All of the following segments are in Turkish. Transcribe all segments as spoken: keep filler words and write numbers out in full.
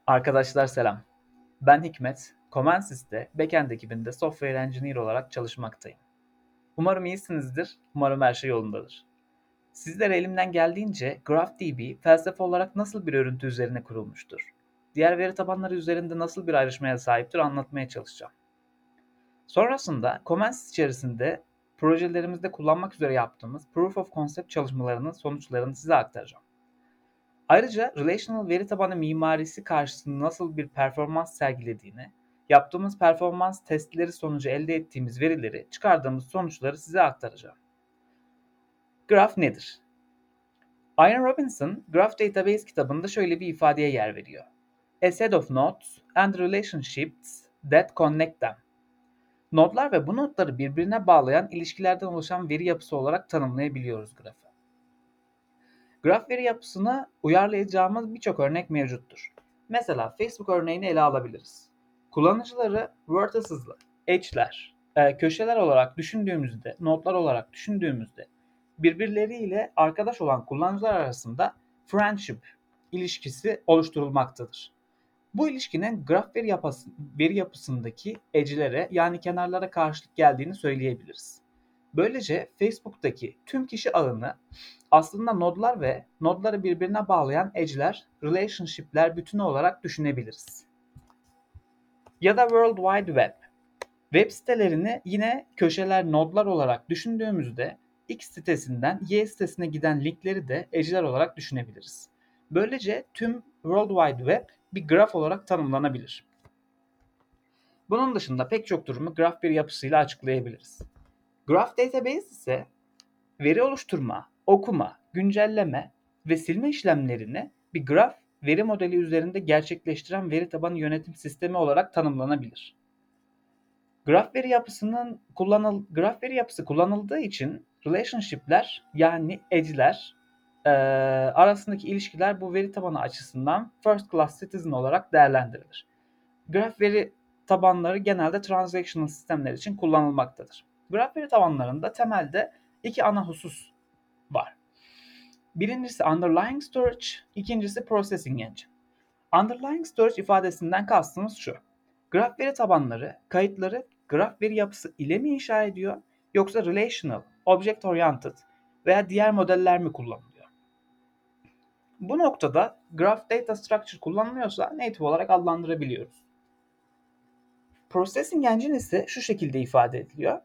Arkadaşlar selam. Ben Hikmet. Comensys'te backend ekibinde software engineer olarak çalışmaktayım. Umarım iyisinizdir. Umarım her şey yolundadır. Sizlere elimden geldiğince GraphDB felsefe olarak nasıl bir örüntü üzerine kurulmuştur? Diğer veri tabanları üzerinde nasıl bir ayrışmaya sahiptir anlatmaya çalışacağım. Sonrasında Comensys içerisinde projelerimizde kullanmak üzere yaptığımız Proof of Concept çalışmalarının sonuçlarını size aktaracağım. Ayrıca relational veri tabanı mimarisi karşısında nasıl bir performans sergilediğini, yaptığımız performans testleri sonucu elde ettiğimiz verileri, çıkardığımız sonuçları size aktaracağım. Graph nedir? Ian Robinson, Graph Database kitabında şöyle bir ifadeye yer veriyor. A set of nodes and relationships that connect them. Nodlar ve bu nodları birbirine bağlayan ilişkilerden oluşan veri yapısı olarak tanımlayabiliyoruz grafı. Graf veri yapısını uyarlayacağımız birçok örnek mevcuttur. Mesela Facebook örneğini ele alabiliriz. Kullanıcıları vertices'lı, edge'ler, e, köşeler olarak düşündüğümüzde, nodlar olarak düşündüğümüzde birbirleriyle arkadaş olan kullanıcılar arasında friendship ilişkisi oluşturulmaktadır. Bu ilişkinin graf veri, yapısı, veri yapısındaki edge'lere yani kenarlara karşılık geldiğini söyleyebiliriz. Böylece Facebook'taki tüm kişi ağını aslında nodlar ve nodları birbirine bağlayan edge'ler, relationship'ler bütünü olarak düşünebiliriz. Ya da World Wide Web. Web sitelerini yine köşeler, nodlar olarak düşündüğümüzde X sitesinden Y sitesine giden linkleri de edge'ler olarak düşünebiliriz. Böylece tüm World Wide Web bir graf olarak tanımlanabilir. Bunun dışında pek çok durumu graf bir yapısıyla açıklayabiliriz. Graph Database ise veri oluşturma, okuma, güncelleme ve silme işlemlerini bir graf veri modeli üzerinde gerçekleştiren veri tabanı yönetim sistemi olarak tanımlanabilir. Graf veri yapısının kullanıl graf veri yapısı kullanıldığı için relationship'ler yani edge'ler e, arasındaki ilişkiler bu veri tabanı açısından first class citizen olarak değerlendirilir. Graf veri tabanları genelde transactional sistemler için kullanılmaktadır. Graf veri tabanlarında temelde iki ana husus var. Birincisi underlying storage, ikincisi processing engine. Underlying storage ifadesinden kastımız şu. Graf veri tabanları kayıtları graf veri yapısı ile mi inşa ediyor yoksa relational, object oriented veya diğer modeller mi kullanılıyor? Bu noktada graph data structure kullanılıyorsa native olarak adlandırabiliyoruz. Processing engine ise şu şekilde ifade ediliyor.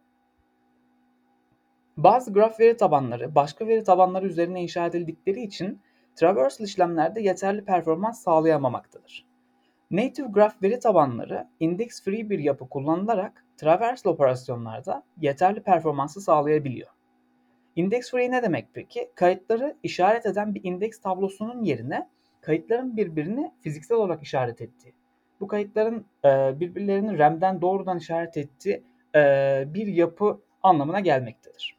Bazı graf veri tabanları başka veri tabanları üzerine inşa edildikleri için traversal işlemlerde yeterli performans sağlayamamaktadır. Native graf veri tabanları index free bir yapı kullanılarak traversal operasyonlarda yeterli performansı sağlayabiliyor. Index free ne demek peki? Kayıtları işaret eden bir indeks tablosunun yerine kayıtların birbirini fiziksel olarak işaret ettiği, bu kayıtların e, birbirlerini R A M'den doğrudan işaret ettiği e, bir yapı anlamına gelmektedir.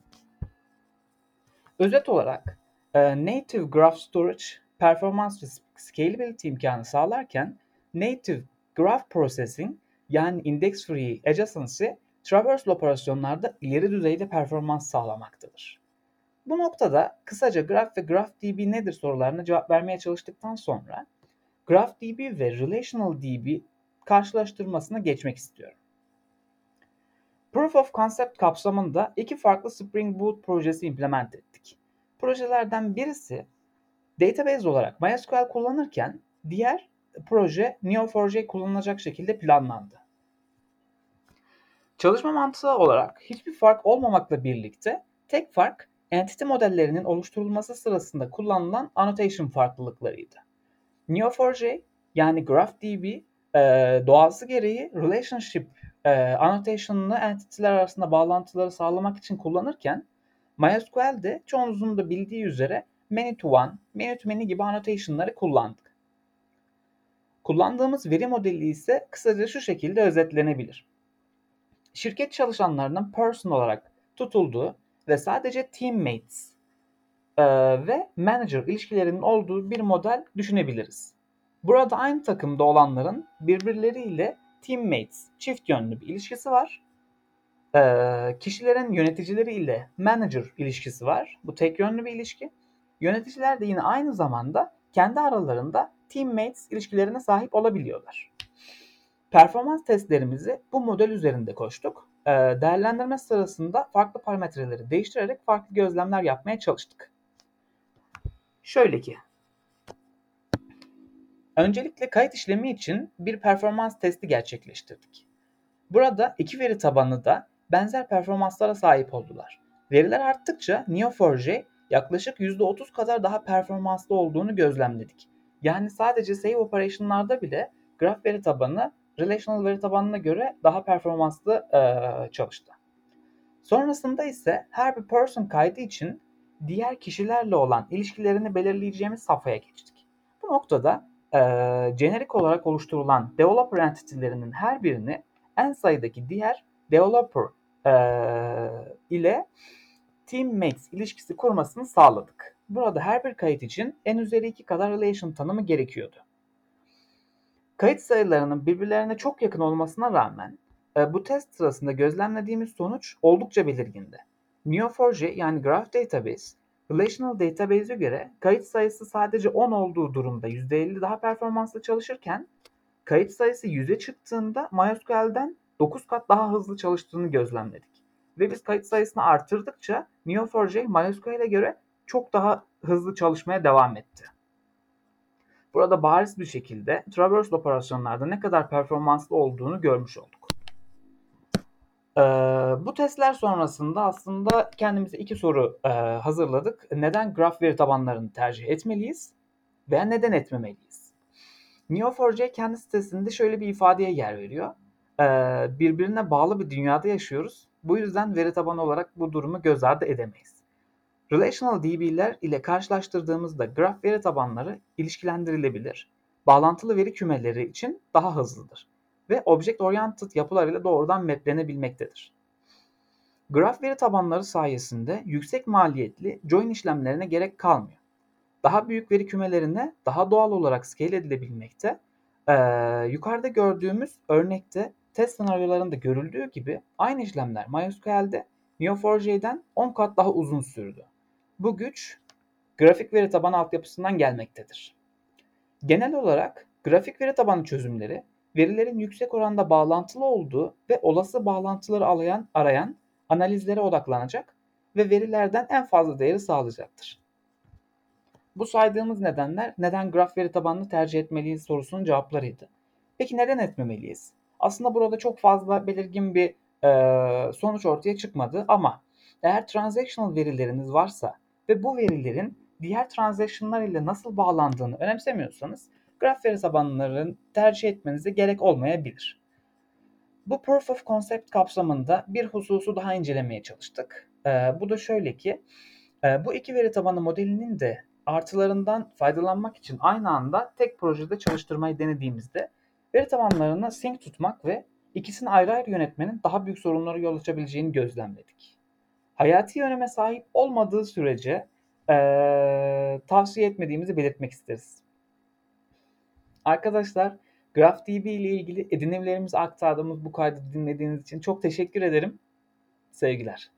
Özet olarak e, Native Graph Storage performans ve scalability imkanı sağlarken Native Graph Processing yani Index Free Adjacency traversal operasyonlarda ileri düzeyde performans sağlamaktadır. Bu noktada kısaca Graph ve GraphDB nedir sorularına cevap vermeye çalıştıktan sonra GraphDB ve RelationalDB karşılaştırmasına geçmek istiyorum. Proof of Concept kapsamında iki farklı Spring Boot projesi implement ettik. Projelerden birisi database olarak MySQL kullanırken diğer proje Neo four j kullanılacak şekilde planlandı. Çalışma mantığı olarak hiçbir fark olmamakla birlikte tek fark entity modellerinin oluşturulması sırasında kullanılan annotation farklılıklarıydı. Neo four j yani GraphDB e, doğası gereği relationship e, annotation'ını entity'ler arasında bağlantıları sağlamak için kullanırken MySQL'de çoğunuzun da bildiği üzere many to one, many to many gibi annotation'ları kullandık. Kullandığımız veri modeli ise kısaca şu şekilde özetlenebilir. Şirket çalışanlarının person olarak tutulduğu ve sadece teammates e, ve manager ilişkilerinin olduğu bir model düşünebiliriz. Burada aynı takımda olanların birbirleriyle teammates, çift yönlü bir ilişkisi var. Ee, kişilerin yöneticileri ile manager ilişkisi var. Bu tek yönlü bir ilişki. Yöneticiler de yine aynı zamanda kendi aralarında teammates ilişkilerine sahip olabiliyorlar. Performans testlerimizi bu model üzerinde koştuk. Ee, değerlendirme sırasında farklı parametreleri değiştirerek farklı gözlemler yapmaya çalıştık. Şöyle ki, öncelikle kayıt işlemi için bir performans testi gerçekleştirdik. Burada iki veri tabanı da benzer performanslara sahip oldular. Veriler arttıkça Neo four j yaklaşık yüzde otuz kadar daha performanslı olduğunu gözlemledik. Yani sadece save operation'larda bile graf veri tabanı relational veri tabanına göre daha performanslı e, çalıştı. Sonrasında ise her bir person kaydı için diğer kişilerle olan ilişkilerini belirleyeceğimiz safhaya geçtik. Bu noktada e, jenerik olarak oluşturulan developer entity'lerinin her birini en sayıdaki diğer developer e, ile teammates ilişkisi kurmasını sağladık. Burada her bir kayıt için en üzeri iki kadar relation tanımı gerekiyordu. Kayıt sayılarının birbirlerine çok yakın olmasına rağmen e, bu test sırasında gözlemlediğimiz sonuç oldukça belirgindi. Neo four j yani Graph Database, Relational Database'e göre kayıt sayısı sadece on olduğu durumda yüzde elli daha performanslı çalışırken kayıt sayısı yüze çıktığında MySQL'den dokuz kat daha hızlı çalıştığını gözlemledik. Ve biz kayıt sayısını artırdıkça Neo four j MySQL'e göre çok daha hızlı çalışmaya devam etti. Burada bariz bir şekilde traversal operasyonlarda ne kadar performanslı olduğunu görmüş olduk. Ee, bu testler sonrasında aslında kendimize iki soru e, hazırladık. Neden graf veri tabanlarını tercih etmeliyiz veya neden etmemeliyiz? Neo four j kendi sitesinde şöyle bir ifadeye yer veriyor. Ee, birbirine bağlı bir dünyada yaşıyoruz. Bu yüzden veri tabanı olarak bu durumu göz ardı edemeyiz. Relational D B'ler ile karşılaştırdığımızda graf veri tabanları ilişkilendirilebilir. Bağlantılı veri kümeleri için daha hızlıdır ve object oriented yapılar ile doğrudan maplenebilmektedir. Graf veri tabanları sayesinde yüksek maliyetli join işlemlerine gerek kalmıyor. Daha büyük veri kümelerine daha doğal olarak scale edilebilmekte. Ee, yukarıda gördüğümüz örnekte test senaryolarında görüldüğü gibi aynı işlemler MySQL'de Neo four j'den on kat daha uzun sürdü. Bu güç grafik veri tabanı altyapısından gelmektedir. Genel olarak grafik veri tabanı çözümleri verilerin yüksek oranda bağlantılı olduğu ve olası bağlantıları arayan, arayan analizlere odaklanacak ve verilerden en fazla değeri sağlayacaktır. Bu saydığımız nedenler neden graf veri tabanını tercih etmeliyiz sorusunun cevaplarıydı. Peki neden etmemeliyiz? Aslında burada çok fazla belirgin bir e, sonuç ortaya çıkmadı ama eğer transactional verileriniz varsa ve bu verilerin diğer transaction'lar ile nasıl bağlandığını önemsemiyorsanız graf veri tabanlarını tercih etmenize gerek olmayabilir. Bu Proof of Concept kapsamında bir hususu daha incelemeye çalıştık. E, bu da şöyle ki e, bu iki veri tabanı modelinin de artılarından faydalanmak için aynı anda tek projede çalıştırmayı denediğimizde veri tabanlarını sync tutmak ve ikisini ayrı ayrı yönetmenin daha büyük sorunlara yol açabileceğini gözlemledik. Hayati öneme sahip olmadığı sürece ee, tavsiye etmediğimizi belirtmek isteriz. Arkadaşlar, GraphDB ile ilgili edinimlerimizi aktardığımız bu kaydı dinlediğiniz için çok teşekkür ederim. Sevgiler.